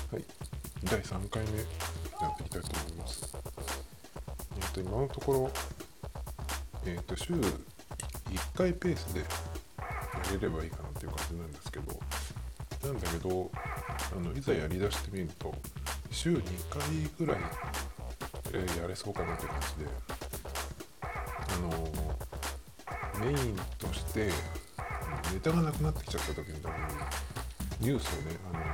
はい、第3回目やっていきたいと思います。今のところ、週1回ペースでやれればいいかなっていう感じなんですけど、なんだけど、いざやりだしてみると、週2回ぐらい、やれそうかなって感じで、メインとしてネタがなくなってきちゃった時に多分ニュースをね、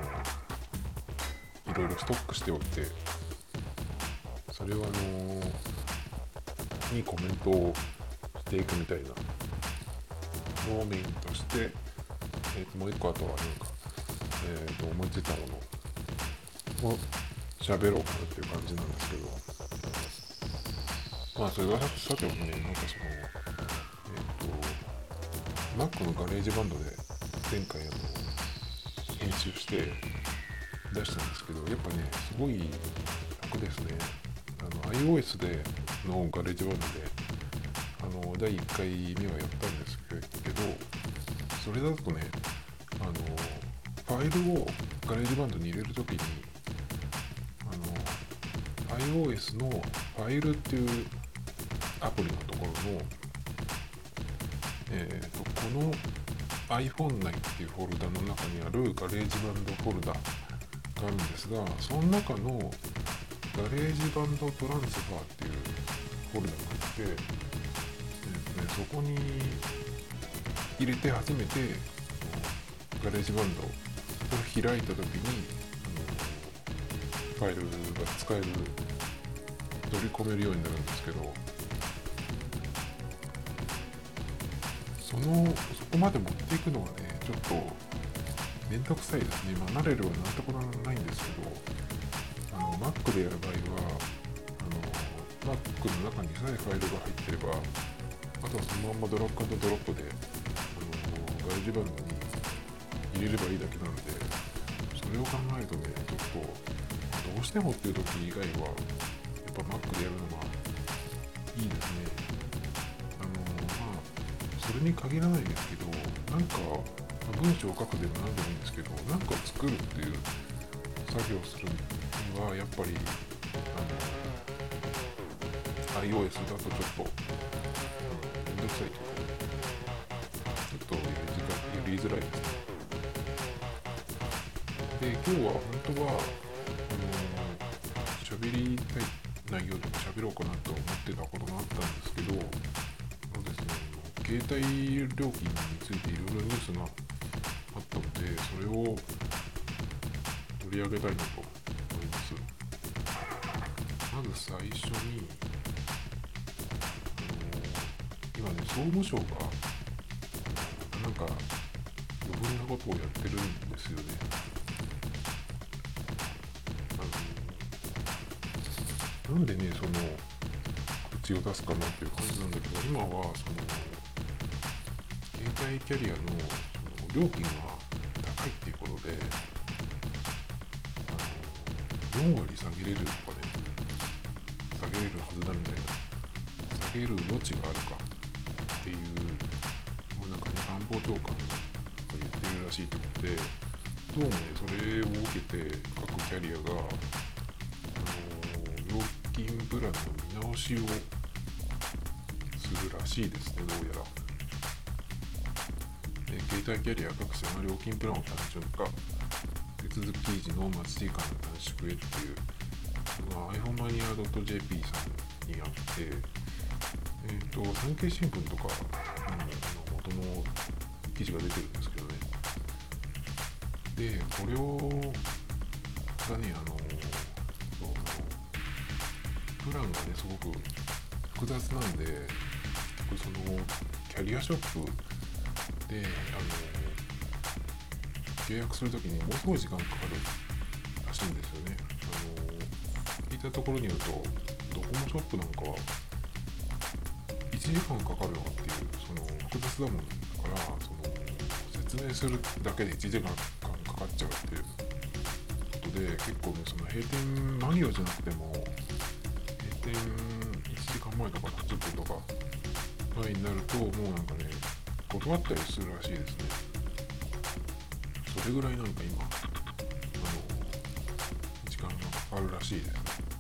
いろいろストックしておいて、それをにコメントをしていくみたいなのをメインとして、もう一個あとはなんか、思いついたものを喋ろうかなっていう感じなんですけど、まあそれはさておきね、なんかMac のガレージバンドで前回編集して出したんですけど、やっぱねすごい楽ですね。iOS でのガレージバンドで第1回目はやったんですけど、それだとね、ファイルをガレージバンドに入れるときにiOS のファイルっていうアプリのところの、この iPhone 内っていうフォルダの中にあるガレージバンドフォルダがあるんですが、その中のガレージバンドトランスファーっていうフォルダがあって、そこに入れて初めてガレージバンドを開いた時にファイルが使える、取り込めるようになるんですけど、そこまで持っていくのはねちょっとめんどくさいですね。まあ慣れるはなんところないんですけど、Mac でやる場合はMac の中にさえファイルが入ってれば、あとはそのままドラッグ&ドロップでガレージバンドに入れればいいだけなんで、それを考えるとねちょっとどうしてもっていう時以外はやっぱ Mac でやるのがいいですね。それに限らないですけど、なんか文章を書くでも何でもいいんですけど、なんか作るっていう作業をするにはやっぱりiOS だとちょっとめんどくさいというか、ちょっとやりづらいですね。で、今日は本当は喋りたい内容とか喋ろうかなと思ってたことがあったんですけど、ですね、携帯料金についていろいろニュースがあったので、それを取り上げたいなと思います。まず最初に、今ね、総務省がなんか余分なことをやってるんですよね。なんでね、口を出すかなっていう感じなんだけど、今は携帯キャリアの料金が高いっていうことで、4割下げれるとかね、下げれるはずだみたいな、下げる余地があるかっていう、もうなんかね、官房長官が言ってるらしいってことで、どうもね、それを受けて各キャリアが、料金プランの見直しをするらしいですね、どうやら。携帯キャリア各社の料金プランを単純化、手続き時の待ち時間の短縮へっていう、iPhoneMania.jp さんにあって、産経新聞とか元の記事が出てるんですけどね。で、これをがね、プランがね、すごく複雑なんで、キャリアショップで契約するときにものすごい時間かかるらしいんですよね。聞いたところによると、ドコモショップなんかは1時間かかるよっていう、複雑だもんだから、説明するだけで1時間かかっちゃうっていうことで、結構ね、閉店間際じゃなくても、閉店1時間前とか30分とか前になると、もうなんかね、断ったりするらしいですね。それぐらいなんか今かるらしいですね。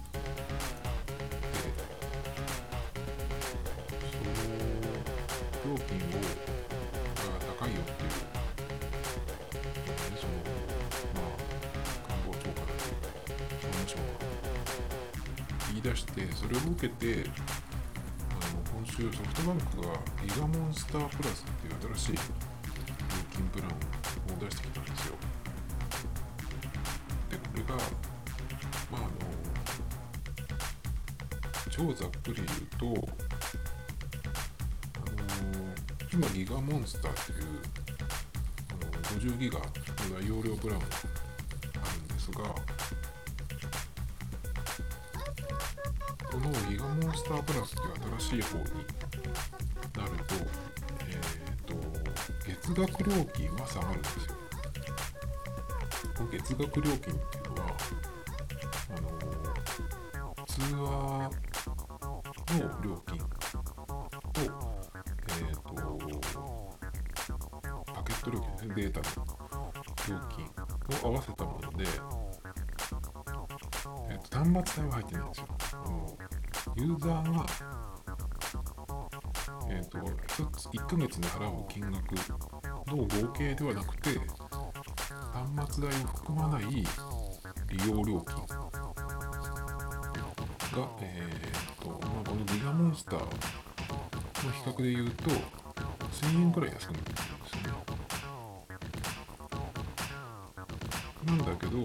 で、その料金が高いよっていう、その官房長官というか総務省が言い出して、それを受けて今週ソフトバンクがギガモンスタープラスっていう新しい料金プランを出してきたんですよ。で、これが超ざっくり言うと、今ギガモンスターっていう50ギガの大容量プランがあるんですが、このギガモンスタープラスっていう新しい方になると、月額料金は下がるんですよ。この月額料金っていうのは通話の料金と、パケット料金ですね、データの料金を合わせたもので、端末代は入ってないんですよ。ユーザーが、1ヶ月に払う金額の合計ではなくて、端末代を含まない利用料金が、このギガモンスターの比較で言うと1000円くらい安くなってるんですよね。なんだけど、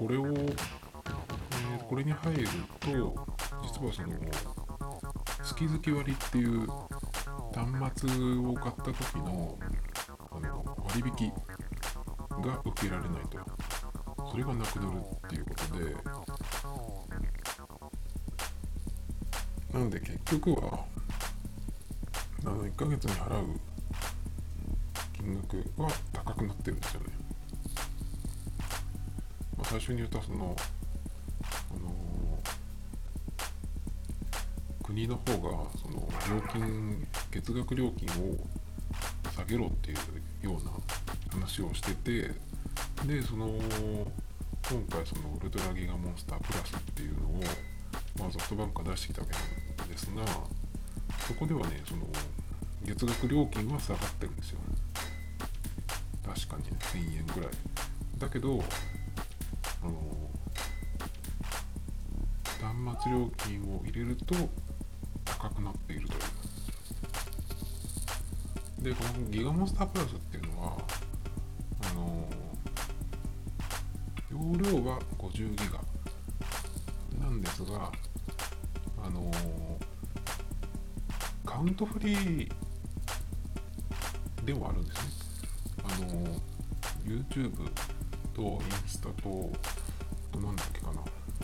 これに入ると、実はその月々割っていう端末を買った時の割引が受けられないと、それがなくなるっていうことで、なので結局は1ヶ月に払う金額は高くなってるんですよね。最初に言った国の方が月額料金を下げろっていうような話をしてて、で今回ウルトラギガモンスタープラスっていうのを、ソフトバンクが出してきたわけなんですが、そこではね、月額料金は下がってるんですよ。確かに1000円ぐらいだけど、端末料金を入れると高くなっているという。で、このギガモンスタープラスっていうのは容量は50ギガなんですが、カウントフリーでもあるんですね。YouTube とインスタとなんだっけかな、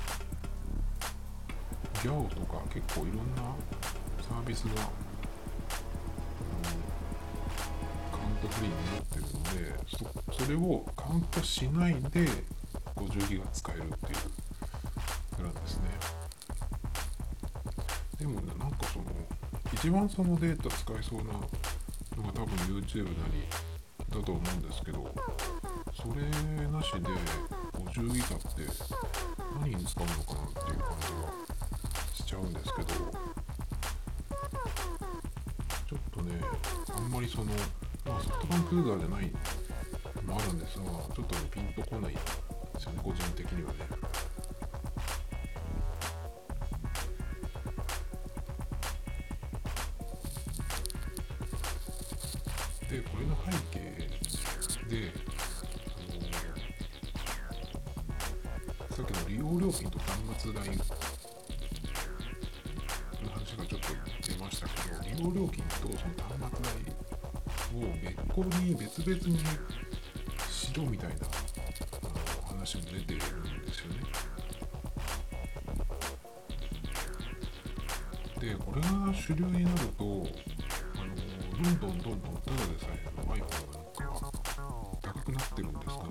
ギャオとか結構いろんなサービスがカウントフリーになってるので、それをカウントしないで50ギガ使えるっていうプランですね。でもね、一番そのデータ使えそうなのが多分 YouTube なりだと思うんですけど、それなしで50ギガって何に使うのかなっていう感じがしちゃうんですけど、ちょっとね、あんまりソフトバンクユーザーじゃないのもあるんですが、ちょっとね、ピンとこないですよね、個人的にはね。で、これの背景で、さっきの利用料金と端末代の話がちょっと出ましたけど、利用料金とその端末代を別々にしろみたいな話も出てるんですよね。で、これが主流になると、どんどんただでさえの iPhone なんか高くなってるんですから、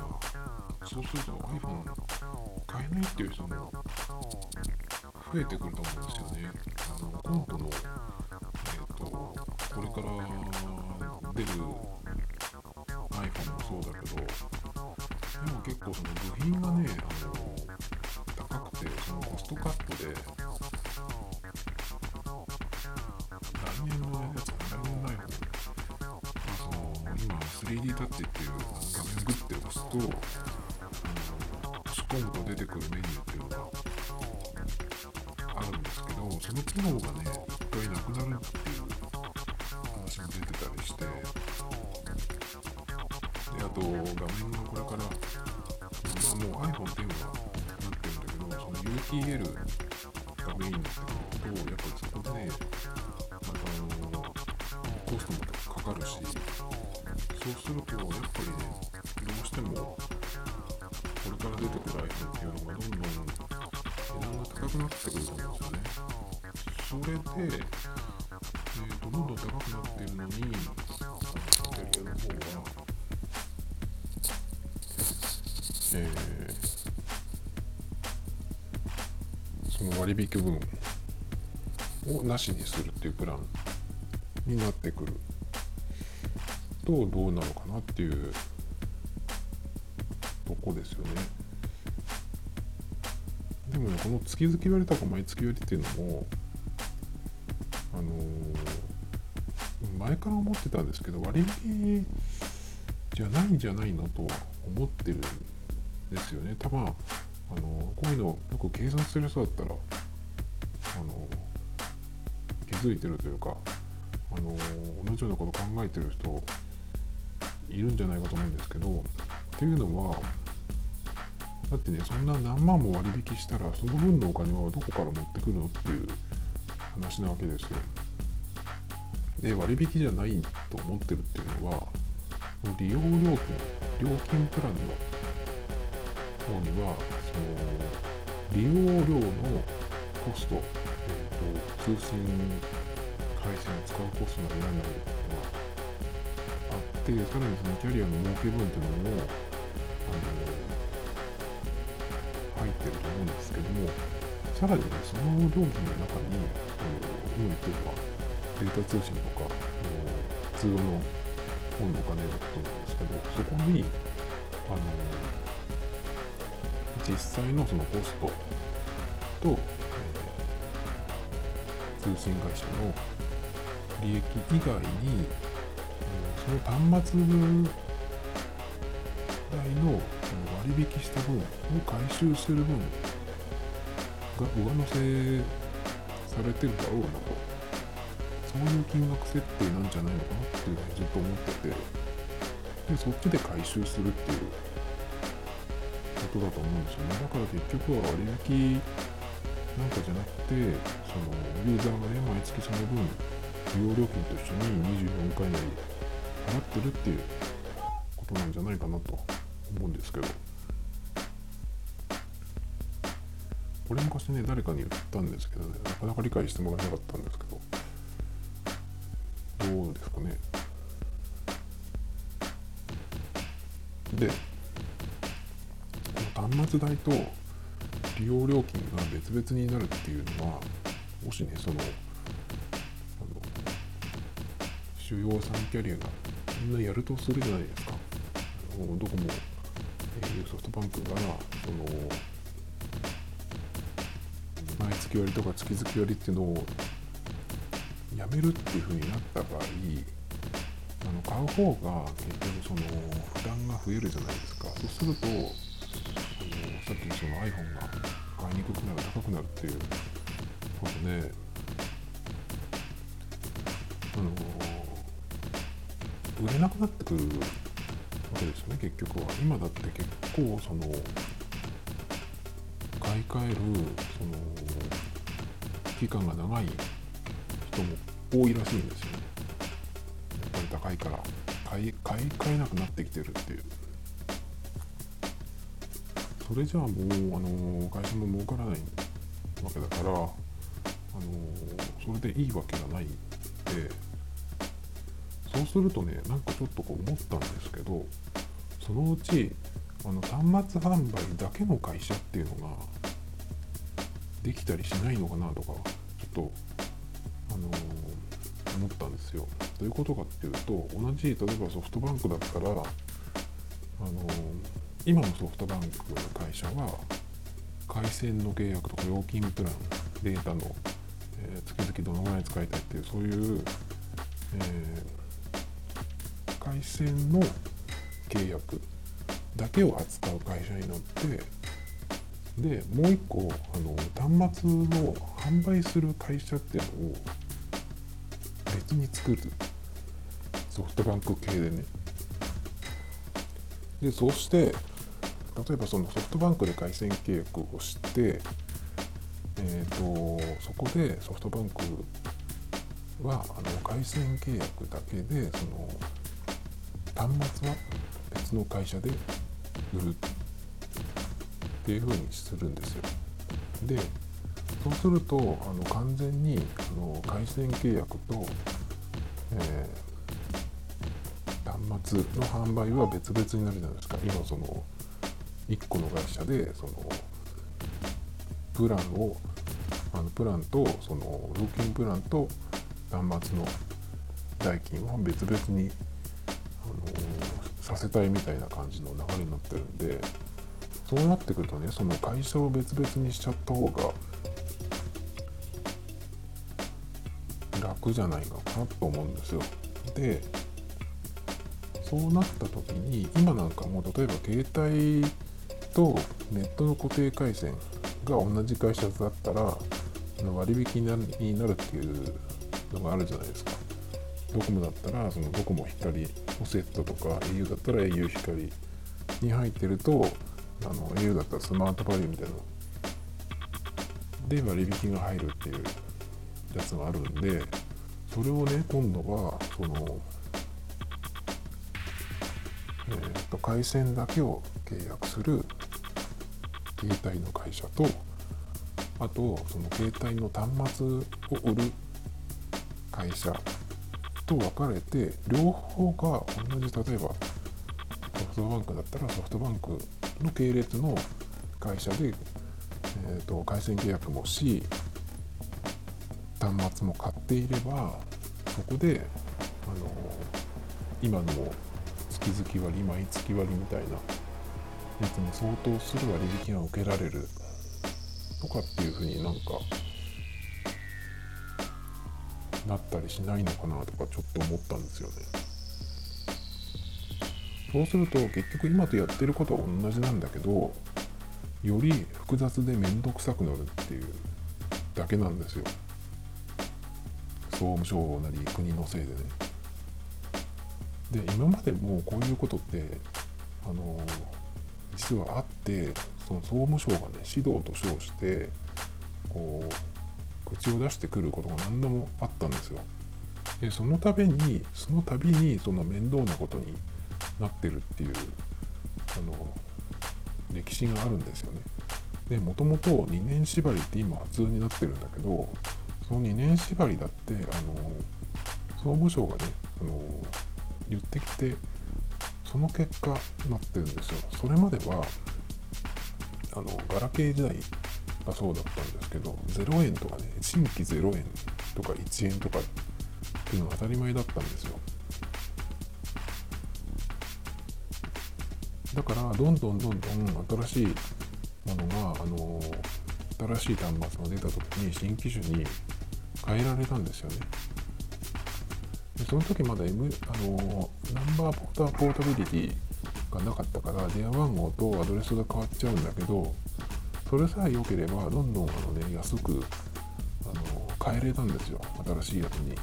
そうすると iPhone 買えないっていう人も増えてくると思うんですよね。今度の、これから出る iPhone もそうだけど、今結構その部品がね、高くて、 トカットで来年のやつか来年ない方今 3D タッチっていう画面グッて押すと押し込むと出てくるメニューっていうのがあるんですけど、その機能がね一回なくなるっていう話も出てたりして、であと画面がこれからもう iPhone っていうのはなってるんだけど、その UTL がメインになってくるとやっぱりそこでねコストもかかるし、そうするとやっぱりねどうしてもこれから出てくる iPhone っていうのがどんどん値段が高くなってくると思うんですよね。それで、どんどん高くなっているのにイタリアの方は、その割引分をなしにするっていうプランになってくるとどうなのかなっていうとこですよね。でもね、この月々割とか毎月割っていうのも前から思ってたんですけど、割引じゃないんじゃないのと思ってるんですよね。多分こういうのよく計算する人だったら気づいてるというか同じようなこと考えてる人いるんじゃないかと思うんですけど、っていうのはだってね、そんな何万も割引したらその分のお金はどこから持ってくるのっていう話なわけですよ。で、割引じゃないと思ってるっていうのは利用料金プランの方にはその利用料のコスト、通信回線を使うコストなりなんなりがあって、さらにそのキャリアの儲け分っていうのも入ってると思うんですけども、さらにね、その料金の中に今言ってるのはデータ通信とか普通の本のお金のことなんですけど、そこに実際のそのコストと、通信会社の利益以外に、その端末代の割引した分を回収する分が上乗せされてるだろうなと、そういう金額設定なんじゃないのかなっていうのをずっと思ってて、でそっちで回収するっていうことだと思うんですよね。だから結局は割引なんかじゃなくて、そのユーザーがね毎月その分利用料金と一緒に24回なり払ってるっていうことなんじゃないかなと思うんですけど、これ昔ね誰かに言ったんですけどね、なかなか理解してもらえなかったんですけど、どうですかね。で、この端末代と利用料金が別々になるっていうのは、もしねその主要3キャリアがみんなやるとするじゃないですか。ドコモ、ソフトバンクがその毎月割とか月々割っていうのをやめるっていう風になった場合、買う方が結局その負担が増えるじゃないですか。そうするとさっきのその iPhone が買いにくくなる、高くなるっていうことで、売れなくなってくるわけですよね。結局は今だって結構その買い替えるその期間が長い人も多いらしいんですよね。やっぱり高いから買い替えなくなってきてるっていう。それじゃあもう会社も儲からないわけだから、それでいいわけがないんで、そうするとね、なんかちょっとこう思ったんですけど、そのうち端末販売だけの会社っていうのができたりしないのかなとかちょっと思ったんですよ。どういうことかっていうと、同じ例えばソフトバンクだったら今のソフトバンクの会社は回線の契約とか料金プラン、データの、月々どのぐらい使いたいっていう、そういう、回線の契約だけを扱う会社になって、でもう一個端末の販売する会社っていうのを別に作る、ソフトバンク系でね。でそうして例えばそのソフトバンクで回線契約をして、そこでソフトバンクは回線契約だけでその端末は別の会社で売るっていう風にするんですよ。でそうすると完全に回線契約と、端末の販売は別々になるじゃないですか。今その1個の会社でそのプランとその料金プランと端末の代金は別々にさせたいみたいな感じの流れになってるんで、そうなってくるとね、その会社を別々にしちゃった方が楽じゃないのかなと思うんですよ。でそうなった時に今なんかもう例えば携帯とネットの固定回線が同じ会社だったら割引になるっていうのがあるじゃないですか。ドコモだったらそのドコモ光のセットとか au だったら au 光に入ってるとau だったらスマートバリューみたいなで割引が入るっていうやつがあるんで、それをね今度はその回線だけを契約する携帯の会社と、あとその携帯の端末を売る会社と分かれて、両方が同じ、例えばソフトバンクだったらソフトバンクの系列の会社で、回線契約もし端末も買っていれば、そこで今の月々割、毎月割みたいなやつに相当する割引が受けられるとかっていうふうになんかなったりしないのかなとかちょっと思ったんですよね。そうすると結局今とやってることは同じなんだけど、より複雑でめんどくさくなるっていうだけなんですよ。総務省なり国のせいでね。で今までもこういうことって実はあって、その総務省がね指導と称してこう口を出してくることが何度もあったんですよ。でその度にその面倒なことになってるっていう歴史があるんですよね。でもともと2年縛りって今普通になってるんだけど、その2年縛りだって総務省がね言ってきて、その結果なってるんですよ。それまではガラケー時代がそうだったんですけど、0円とかね、新規0円とか1円とかっていうのが当たり前だったんですよ。だからどんどん新しいものが新しい端末が出た時に新機種に変えられたんですよね。でその時まだ、ナンバーポータビリティがなかったから電話番号とアドレスが変わっちゃうんだけど、それさえ良ければどんどん安く変えれたんですよ、新しいやつに。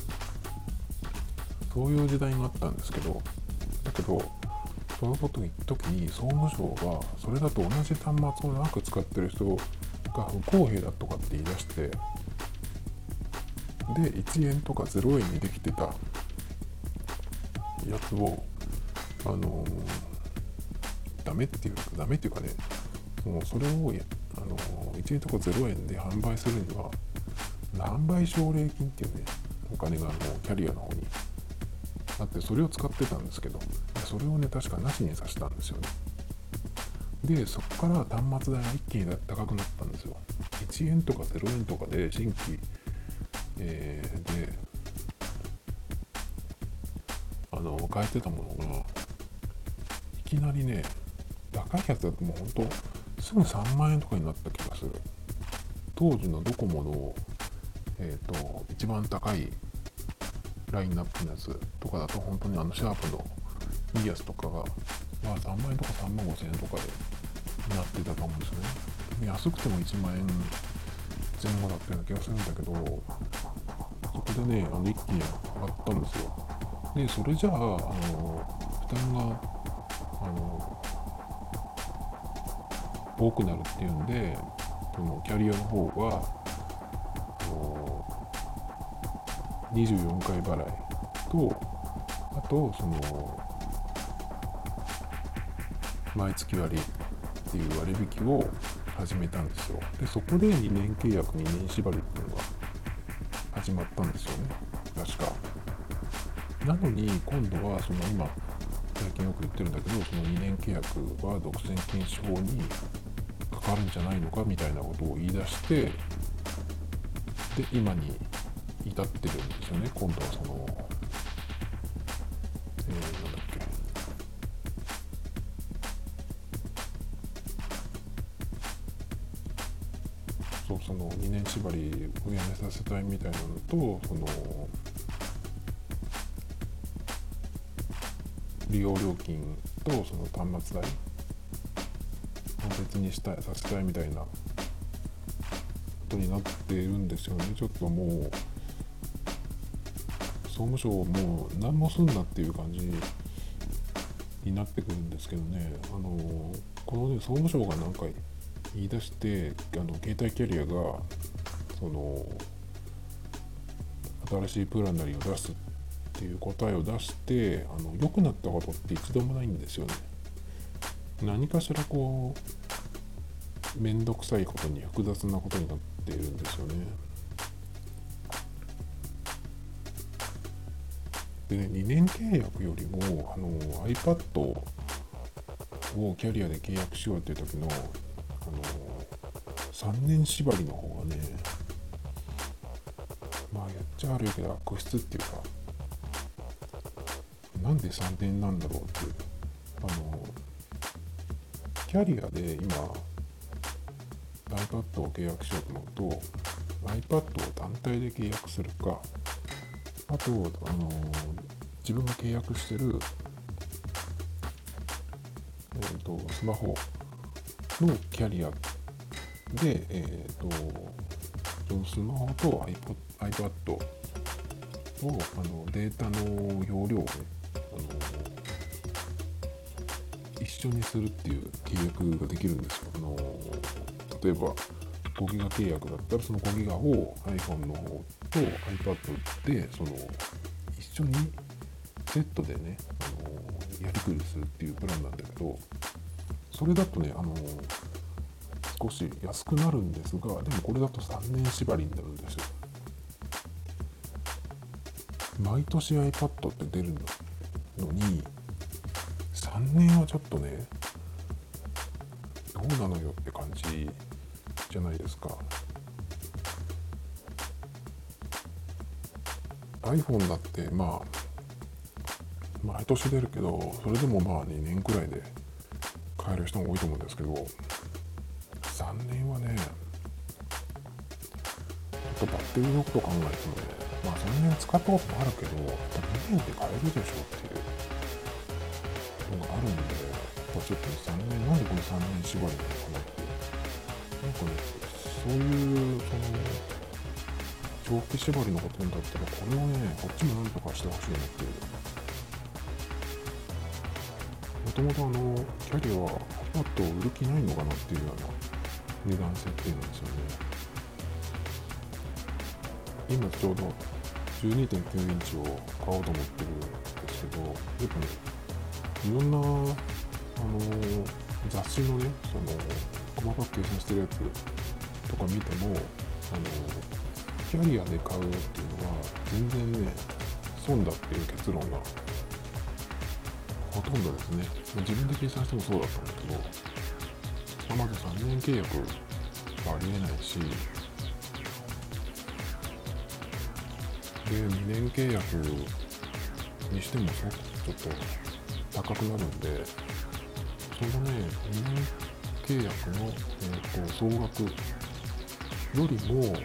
そういう時代があったんですけど、だけどその時に総務省がそれだと同じ端末を長く使ってる人が不公平だとかって言い出して、で1円とか0円にできてたやつをダメっていうかね、もうそれを1円とか0円で販売するには何倍奨励金っていうねお金がキャリアの方にあって、それを使ってたんですけど、それをね確かなしにさせたんですよね。でそこから端末代が一気に高くなったんですよ。1円とか0円とかで新規、で買えてたものがいきなりね、高いやつだともうほんとすぐ3万円とかになった気がする。当時のドコモの、一番高いラインナップのやつとかだと本当にシャープのいいやつとかが、3万円とか3万5千円とかでなってたと思うんですよね。安くても1万円前後だったような気がするんだけど、そこでね一気に上がったんですよ。でそれじゃあ、負担が多くなるっていうんで、そのキャリアの方は24回払いと、あとその毎月割っていう割引を始めたんですよ。でそこで2年契約2年縛りっていうのが始まったんですよね、確か。なのに今度はその今最近よく言ってるんだけど、その2年契約は独占禁止法にかかるんじゃないのかみたいなことを言い出して、で今に至ってるんですよね。今度はその、なんだっけ、その2年縛りをやめさせたいみたいなのと、その利用料金とその端末代を別にさせたいみたいなことになっているんですよね。ちょっともう総務省もう何もすんなっていう感じになってくるんですけどね。このね総務省が何回言い出して、携帯キャリアがその新しいプランなりを出すっていう答えを出して良くなったことって一度もないんですよね。何かしらこうめんどくさいことに複雑なことになっているんですよね。でね、2年契約よりもiPad をキャリアで契約しようっていう時の3年縛りの方がね、言っちゃ悪いけど悪質っていうか、なんで3年なんだろうっていう、キャリアで今 iPad を契約しようと思うと iPad を単体で契約するか、あと自分が契約してる、スマホのキャリアで、そのスマホと iPad をデータの容量をね、一緒にするっていう契約ができるんですよ。例えば5ギガ契約だったらその5ギガを iPhone の方と iPad でその一緒にセットでね、やりくりするっていうプランなんだけど、それだとね少し安くなるんですが、でもこれだと3年縛りになるんですよ。毎年 iPad って出るのに3年はちょっとねどうなのよって感じじゃないですか。 iPhone だって毎年出るけど、それでも2年くらいで買える人も多いと思うんですけど、3年はねちょっとバッテリーのことを考えてもね、3年使ったこともあるけど2年で買えるでしょっていうのがあるんで、ちょっと3年なんでこれ3年縛りなのかなって、そういう長期縛りのことにだったらこれをねこっちもなんとかしてほしいなっていう。もともとキャリアは iPad を売る気ないのかなっていうような値段設定なんですよね。今ちょうど 12.9 インチを買おうと思ってるんですけど、やっぱねいろんな雑誌のね細かく計算してるやつとか見てもキャリアで買うっていうのは全然ね損だっていう結論がほとんどですね。自分で計算してもそうだったんだけど、まず3年契約はありえないし、で2年契約にしてもちょっと高くなるんで、そのね2年契約の、総額よりも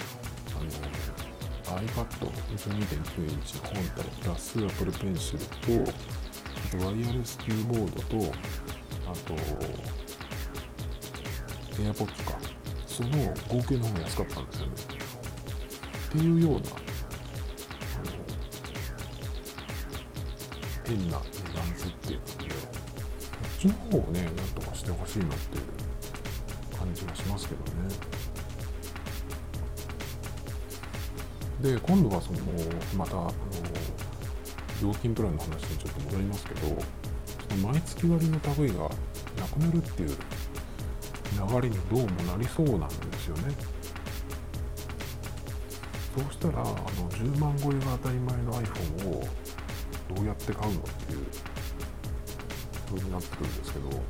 iPad 12.9 インチ本体プラス Apple Pencil とあとワイヤレスキーボードとあと AirPods か、その合計の方が安かったんですよねっていうような変な値段設定なんで、こっちの方をねなんとかしてほしいなっていう感じがしますけどね。で今度はそのまた料金プランの話にちょっと戻りますけど、毎月割の類がなくなるっていう流れにどうもなりそうなんですよね。そうしたら10万超えが当たり前の iPhone をどうやって買うのっていう風になってくるんですけど、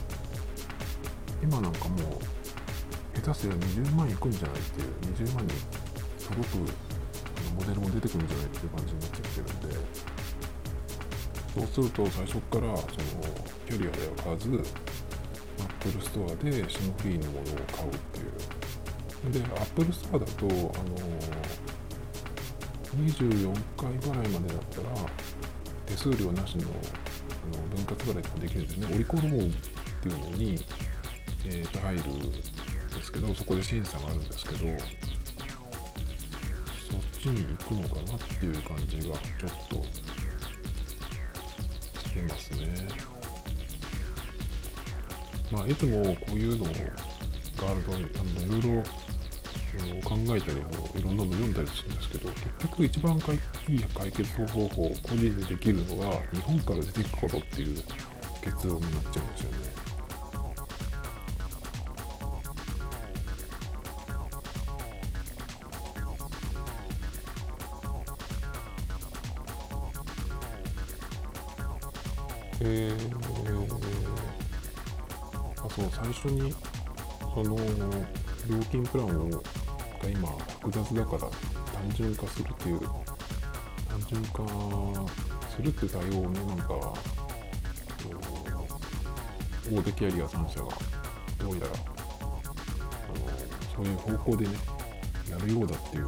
今なんかもう下手すりゃ20万いくんじゃないっていう、20万に届くモデルも出てくるんじゃないっていう感じになってきてるんで、そうすると最初からそのキャリアでは買わず Apple Store で SIM フリーのものを買うっていう。で Apple Store だと24回払いまでだったら手数料なしの分割払いができるんですね。オリコロモーっていうのに、入るんですけど、そこで審査があるんですけど、そっちに行くのかなっていう感じがちょっとしてますね。まあいつもこういうのがあるといろいろ考えたりもいろんなの読んだりするんですけど、結局一番いい解決方法を個人でできるのは日本から出ていくことっていう結論になっちゃうんですよね。そう最初にその料金プランが今複雑だから単純化するっていう対応をね、なんか大手キャリア3社がどうやらそういう方向でねやるようだっていう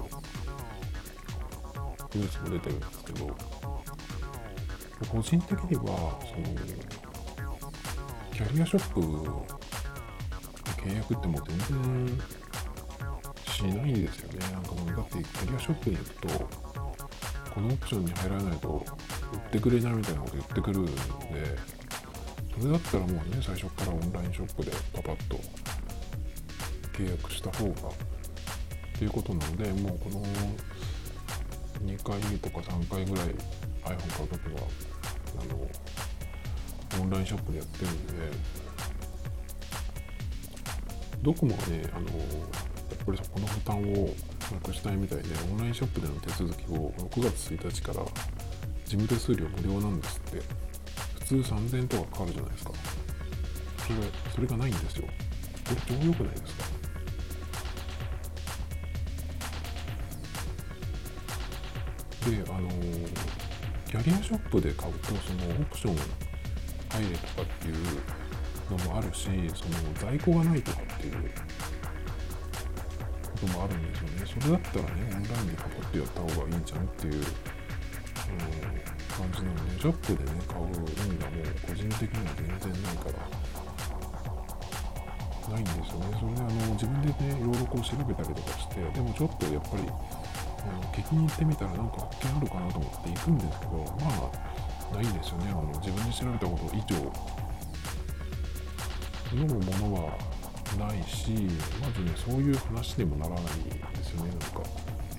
ニュースも出てるんですけど、個人的にはそのキャリアショップの契約ってもう全然しないんですよね。なんかもうだってキャリアショップに行くとこのオプションに入らないと売ってくれないみたいなこと言ってくるんで、それだったらもうね最初からオンラインショップでパパッと契約した方がっていうことなので、もうこの2回とか3回ぐらい iPhone 買うときはオンラインショップでやってるんで、ドコモはねやっぱりそこの負担をなくしたいみたいで、オンラインショップでの手続きを6月1日から事務手数料無料なんですって。普通3000円とかかかるじゃないですか。それがないんですよ。これ超良くないですか。でキャリアショップで買うとそのオプション入れとかっていうのもあるし、その在庫がないとかっていうこともあるんですよね。それだったらねオンラインでパパッとやった方がいいんじゃんっていう感じなので、ショップでね買う意味がもう個人的には全然ないからないんですよね。それで自分でねいろいろこう調べたりとかして、でもちょっとやっぱり聞きに行ってみたらなんか発見あるかなと思って行くんですけど、まあないんですよね。自分で調べたこと以上のものはないし、まずねそういう話にもならないですよね。なんか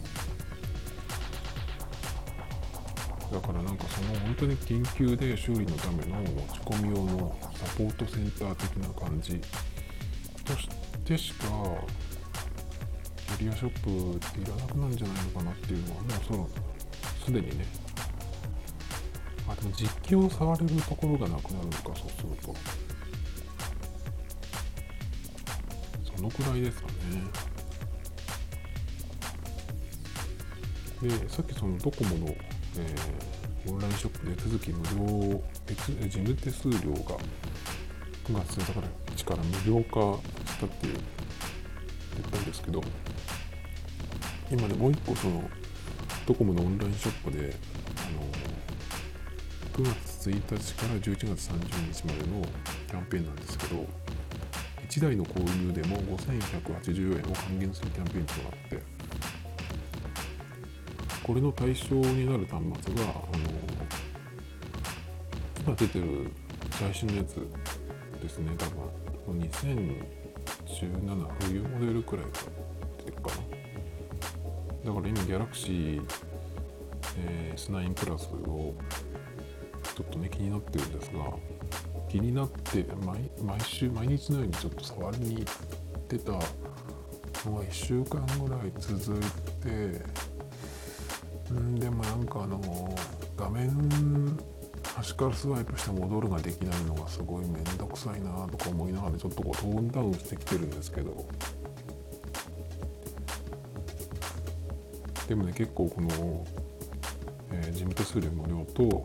だからなんかその本当に緊急で修理のための持ち込み用のサポートセンター的な感じとしてしかキャリアショップっていらなくなるんじゃないのかなっていうのはもうすでにね。でも実機を触れるところがなくなるのか、そうするとそのくらいですかね。でさっきそのドコモの、オンラインショップで手続き無料事務手数料が9月だから日から無料化したって言ったんですけど、今ねもう一個そのドコモのオンラインショップで9月1日から11月30日までのキャンペーンなんですけど、1台の購入でも5180円を還元するキャンペーンとなって、これの対象になる端末が今出てる最新のやつですね。多分2017冬モデルくらいが出てるかな。だから今ギャラクシー、S9 プラスをちょっとね気になってるんですが、気になって毎日のようにちょっと触りに行ってたのが1週間ぐらい続いて、でもなんか画面端からスワイプして戻るができないのがすごいめんどくさいなとか思いながらちょっとこうトーンダウンしてきてるんですけど、でもね結構この、事務手数料無料と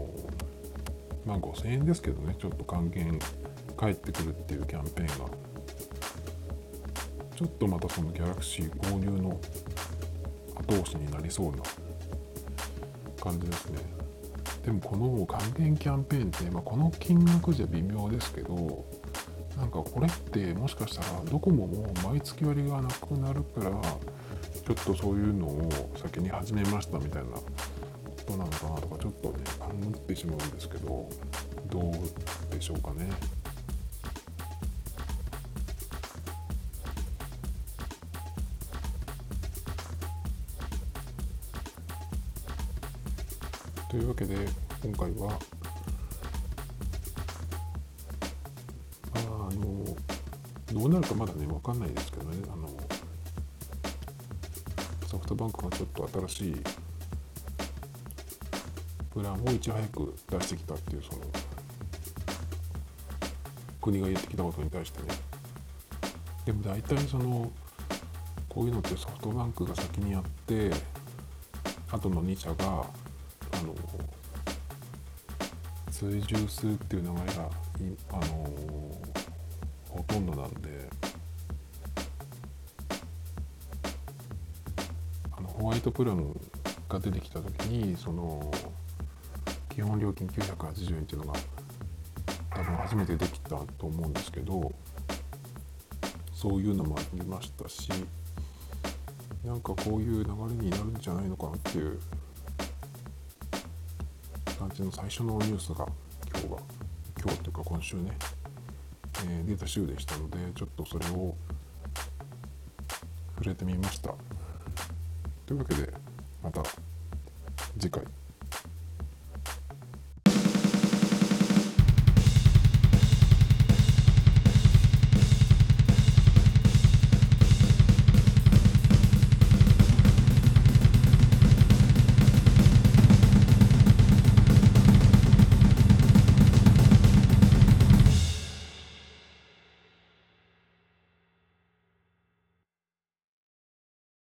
5000円ですけどね、ちょっと還元返ってくるっていうキャンペーンがちょっとまたそのギャラクシー購入の後押しになりそうな感じですね。でもこの還元キャンペーンって、この金額じゃ微妙ですけど、なんかこれってもしかしたらドコモも毎月割がなくなるからちょっとそういうのを先に始めましたみたいなことなのかなとかちょっとね勘ぐってしまうんですけど、どうでしょうかね。というわけで今回はどうなるかまだね分かんないですけどね、ソフトバンクがちょっと新しいプランをいち早く出してきたっていう、その国が言ってきたことに対してね。でも大体こういうのってソフトバンクが先にやって後の2社が追従するっていう流れがほとんどなんで、ホワイトプランが出てきた時に基本料金980円っていうのが多分初めてできたと思うんですけど、そういうのもありましたし、なんかこういう流れになるんじゃないのかなっていう感じの最初のニュースが今日というか今週ね、出た週でしたので、ちょっとそれを触れてみました。というわけでまた次回。